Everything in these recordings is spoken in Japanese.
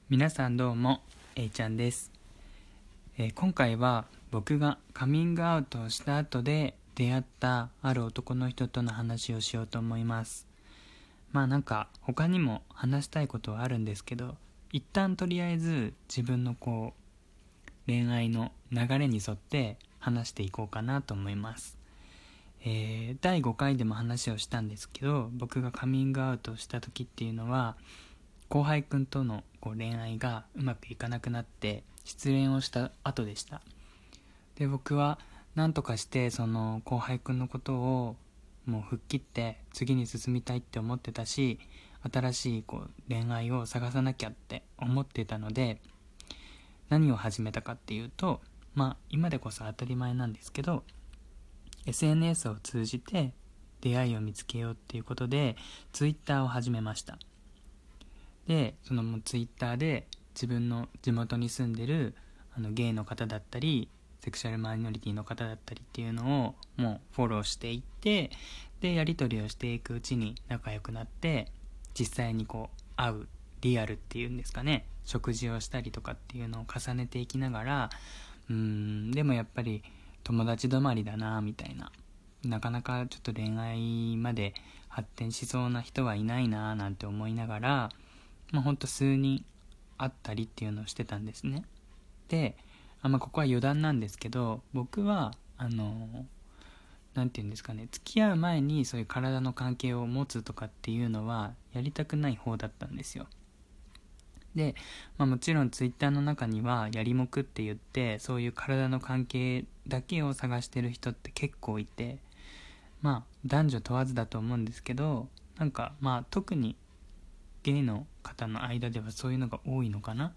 皆さんどうも、ちゃんです。今回は僕がカミングアウトをした後で出会ったある男の人との話をしようと思います。他にも話したいことはあるんですけど、一旦とりあえず自分の恋愛の流れに沿って話していこうかなと思います。第5回でも話をしたんですけど、僕がカミングアウトをした時っていうのは後輩くんとの恋愛がうまくいかなくなって失恋をした後でした。で、僕は何とかしてその後輩くんのことをもう吹っ切って次に進みたいって思ってたし、新しい恋愛を探さなきゃって思ってたので、何を始めたかっていうと、今でこそ当たり前なんですけど、 SNS を通じて出会いを見つけようっていうことで Twitter を始めました。で、そのツイッターで自分の地元に住んでるゲイの方だったりセクシャルマイノリティの方だったりっていうのをもうフォローしていって、でやり取りをしていくうちに仲良くなって、実際に会うリアルっていうんですかね、食事をしたりとかっていうのを重ねていきながら、でもやっぱり友達止まりだなみたいな、なかなかちょっと恋愛まで発展しそうな人はいないななんて思いながら、ほんと数人会ったりっていうのをしてたんですね。で、ここは余談なんですけど、僕はなんていうんですかね、付き合う前にそういう体の関係を持つとかっていうのはやりたくない方だったんですよ。で、もちろんツイッターの中にはやりもくって言ってそういう体の関係だけを探してる人って結構いて、男女問わずだと思うんですけど、特にゲイの方の間ではそういうのが多いのかな。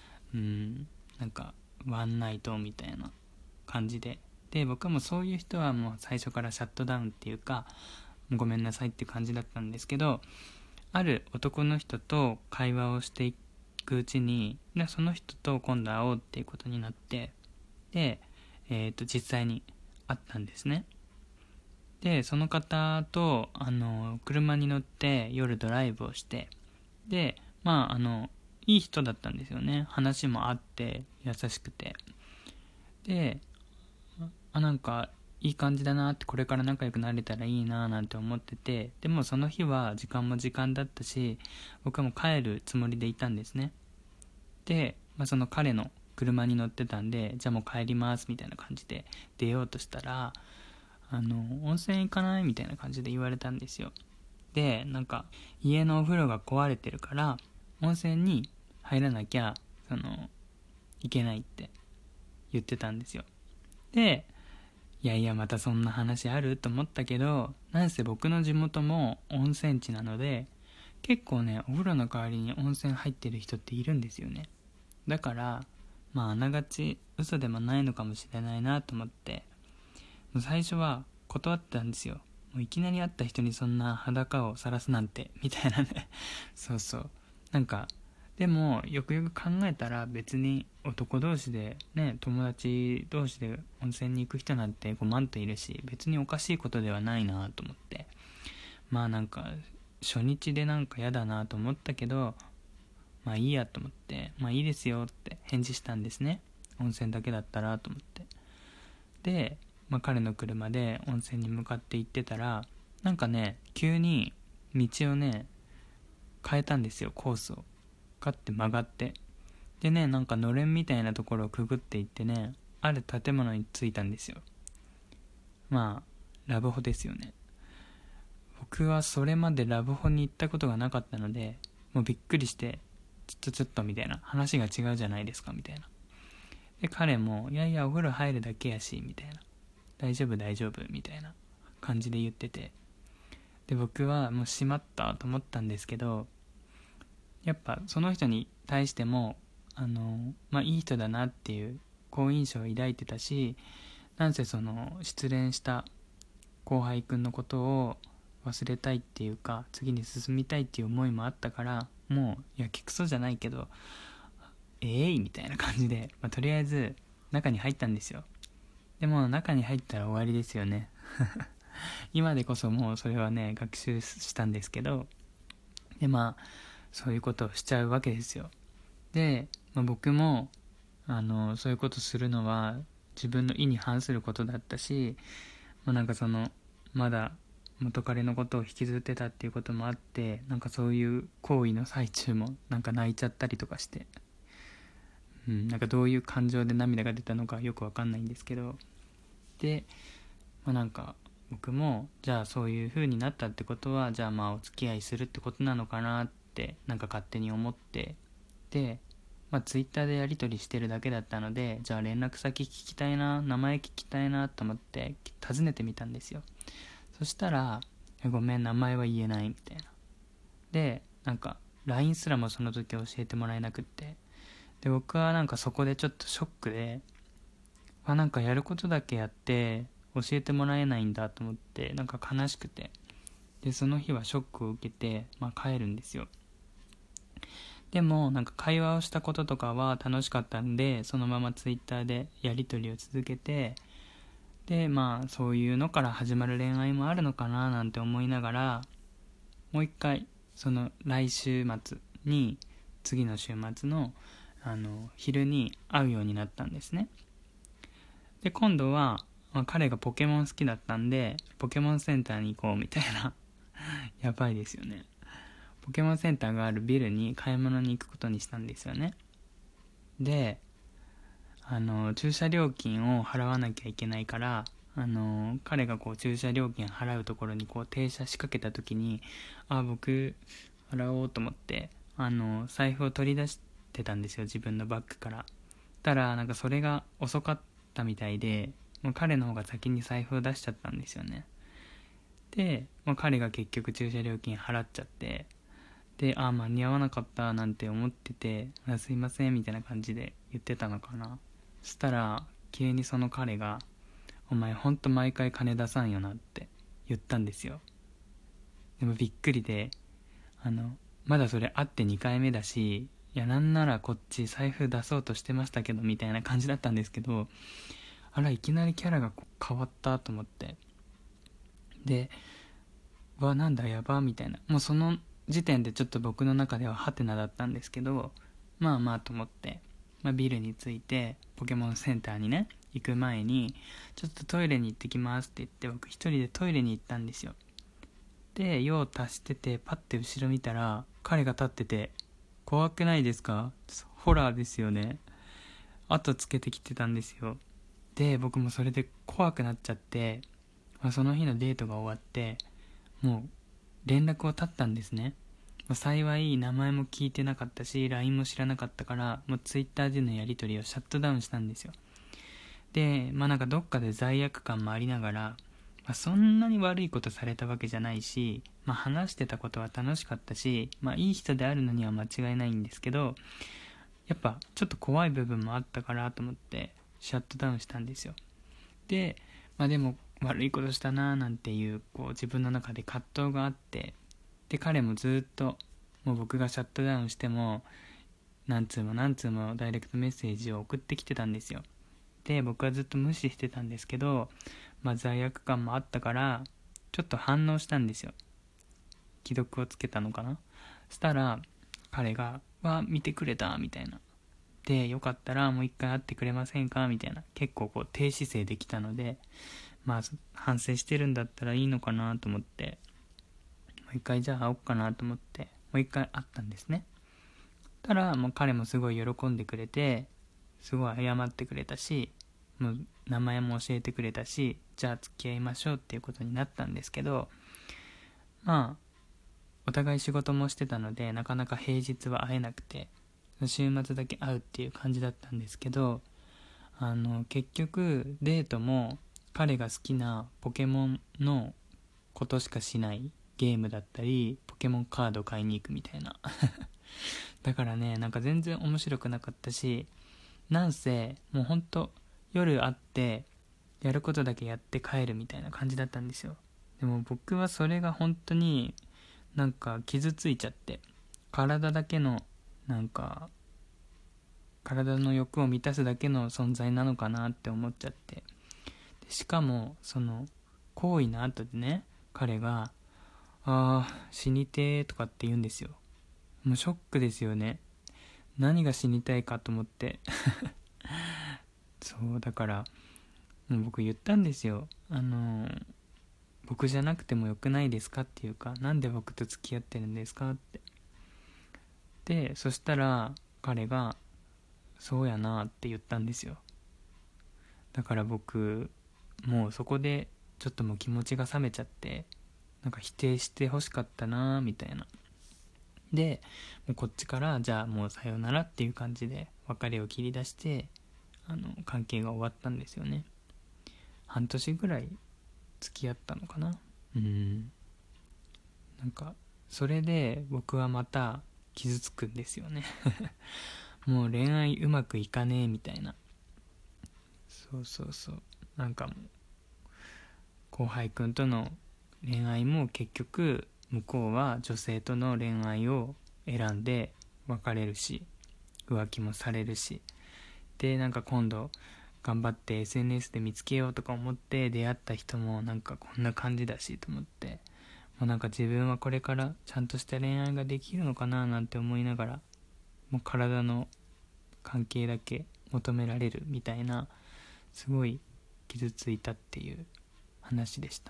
ワンナイトみたいな感じで、僕はもうそういう人はもう最初からシャットダウンっていうか、ごめんなさいっていう感じだったんですけど、ある男の人と会話をしていくうちに、その人と今度会おうっていうことになって、で、実際に会ったんですね。で、その方と車に乗って夜ドライブをして、で、いい人だったんですよね。話もあって優しくて、で、いい感じだなって、これから仲良くなれたらいいななんて思ってて、でもその日は時間も時間だったし、僕はもう帰るつもりでいたんですね。で、その彼の車に乗ってたんで、じゃあもう帰りますみたいな感じで出ようとしたら、温泉行かないみたいな感じで言われたんですよ。で、家のお風呂が壊れてるから温泉に入らなきゃいけないって言ってたんですよ。で、いやいやまたそんな話あると思ったけど、なんせ僕の地元も温泉地なので、結構ね、お風呂の代わりに温泉入ってる人っているんですよね。だからあながち嘘でもないのかもしれないなと思って、もう最初は断ってたんですよ。もういきなり会った人にそんな裸を晒すなんてみたいなねそうそう、でもよくよく考えたら、別に男同士でね、友達同士で温泉に行く人なんて5万といるし、別におかしいことではないなと思って、初日で嫌だなと思ったけど、いいやと思って、いいですよって返事したんですね。温泉だけだったらと思って。で、彼の車で温泉に向かって行ってたら、急に道をね変えたんですよ、コースをガッて曲がって。でね、のれんみたいなところをくぐっていってね、ある建物に着いたんですよ。ラブホですよね。僕はそれまでラブホに行ったことがなかったので、もうびっくりして、ちょっとみたいな、話が違うじゃないですかみたいな。で、彼もいやいやお風呂入るだけやしみたいな、大丈夫大丈夫みたいな感じで言ってて、で僕はもうしまったと思ったんですけど、やっぱその人に対してもいい人だなっていう好印象を抱いてたし、なんせその失恋した後輩くんのことを忘れたいっていうか、次に進みたいっていう思いもあったから、もうやけくそじゃないけどみたいな感じで、とりあえず中に入ったんですよ。でも中に入ったら終わりですよね今でこそもうそれはね学習したんですけど、でそういうことをしちゃうわけですよ。 で、僕もそういうことするのは自分の意に反することだったし、なんかまだ元彼のことを引きずってたっていうこともあって、なんかそういう行為の最中もなんか泣いちゃったりとかして、なんかどういう感情で涙が出たのかよくわかんないんですけど、で、なんか僕もじゃあそういう風になったってことは、じゃあお付き合いするってことなのかなってなんか勝手に思って、でツイッターでやり取りしてるだけだったので、じゃあ連絡先聞きたいな、名前聞きたいなと思って尋ねてみたんですよ。そしたら、ごめん名前は言えないみたいな。で、なんか LINE すらもその時教えてもらえなくって、で僕はなんかそこでちょっとショックで、なんかやることだけやって教えてもらえないんだと思って、なんか悲しくて、でその日はショックを受けて、帰るんですよ。でもなんか会話をしたこととかは楽しかったんで、そのままツイッターでやり取りを続けて、でそういうのから始まる恋愛もあるのかななんて思いながら、もう一回その来週末に、次の週末の昼に会うようになったんですね。で今度は、彼がポケモン好きだったんで、ポケモンセンターに行こうみたいなやばいですよね。ポケモンセンターがあるビルに買い物に行くことにしたんですよね。で駐車料金を払わなきゃいけないから、彼が駐車料金払うところに停車しかけた時に、僕払おうと思って財布を取り出してたんですよ、自分のバッグから。たらなんかそれが遅かったみたいで、もう彼の方が先に財布を出しちゃったんですよね。で、彼が結局駐車料金払っちゃって、で間に合わなかったなんて思ってて、すいませんみたいな感じで言ってたのかな。そしたら急にその彼が、お前ほんと毎回金出さんよなって言ったんですよ。でもびっくりで、まだそれ会って2回目だし、いやなんならこっち財布出そうとしてましたけどみたいな感じだったんですけど、いきなりキャラが変わったと思って、でなんだやばみたいな、もうその時点でちょっと僕の中ではハテナだったんですけど、と思って、ビルに着いてポケモンセンターにね行く前に、ちょっとトイレに行ってきますって言って、僕一人でトイレに行ったんですよ。で用を足してて、パッて後ろ見たら彼が立ってて、怖くないですか？ホラーですよね。後つけてきてたんですよ。で僕もそれで怖くなっちゃって、その日のデートが終わって、もう連絡を絶ったんですね。幸い名前も聞いてなかったし LINE も知らなかったから、もう Twitter でのやり取りをシャットダウンしたんですよ。でなんかどっかで罪悪感もありながら、そんなに悪いことされたわけじゃないし、話してたことは楽しかったし、いい人であるのには間違いないんですけど、やっぱちょっと怖い部分もあったからと思ってシャットダウンしたんですよ。ででも悪いことしたなーなんていう、自分の中で葛藤があって、で彼もずっともう僕がシャットダウンしても何通も何通もダイレクトメッセージを送ってきてたんですよ。で僕はずっと無視してたんですけど、罪悪感もあったからちょっと反応したんですよ。既読をつけたのかな。したら彼が見てくれたみたいな、でよかったらもう一回会ってくれませんかみたいな、結構低姿勢できたので、反省してるんだったらいいのかなと思って、もう一回じゃあ会おうかなと思ってもう一回会ったんですね。たらもう彼もすごい喜んでくれて、すごい謝ってくれたし、もう名前も教えてくれたし、じゃあ付き合いましょうっていうことになったんですけど、お互い仕事もしてたのでなかなか平日は会えなくて、週末だけ会うっていう感じだったんですけど、結局デートも彼が好きなポケモンのことしかしないゲームだったり、ポケモンカード買いに行くみたいなだからね、なんか全然面白くなかったし、なんせもうほんと夜会ってやることだけやって帰るみたいな感じだったんですよ。でも僕はそれが本当になんか傷ついちゃって、体だけのなんか体の欲を満たすだけの存在なのかなって思っちゃって、でしかもその行為の後でね、彼が死にてーとかって言うんですよ。もうショックですよね。 何が死にたいかと思ってそうだからもう僕言ったんですよ。僕じゃなくてもよくないですかっていうか、なんで僕と付き合ってるんですかって。でそしたら彼がそうやなって言ったんですよ。だから僕もうそこでちょっともう気持ちが冷めちゃって、なんか否定してほしかったなみたいな。でもうこっちからじゃあもうさよならっていう感じで別れを切り出して、関係が終わったんですよね。半年ぐらい付き合ったのかな。なんかそれで僕はまた傷つくんですよねもう恋愛うまくいかねえみたいな。そうなんかもう後輩くんとの恋愛も結局向こうは女性との恋愛を選んで別れるし、浮気もされるし、でなんか今度頑張って SNS で見つけようとか思って出会った人もなんかこんな感じだしと思って、もうなんか自分はこれからちゃんとした恋愛ができるのかななんて思いながら、もう体の関係だけ求められるみたいな、すごい傷ついたっていう話でした。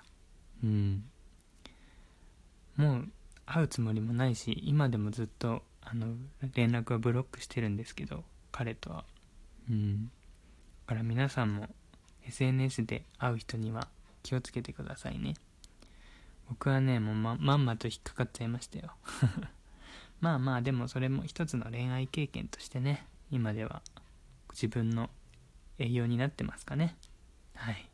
もう会うつもりもないし、今でもずっと連絡はブロックしてるんですけど、彼とは。だから皆さんも SNS で会う人には気をつけてくださいね。僕はねもう まんまと引っかかっちゃいましたよまあでもそれも一つの恋愛経験としてね、今では自分の栄養になってますかね。はい。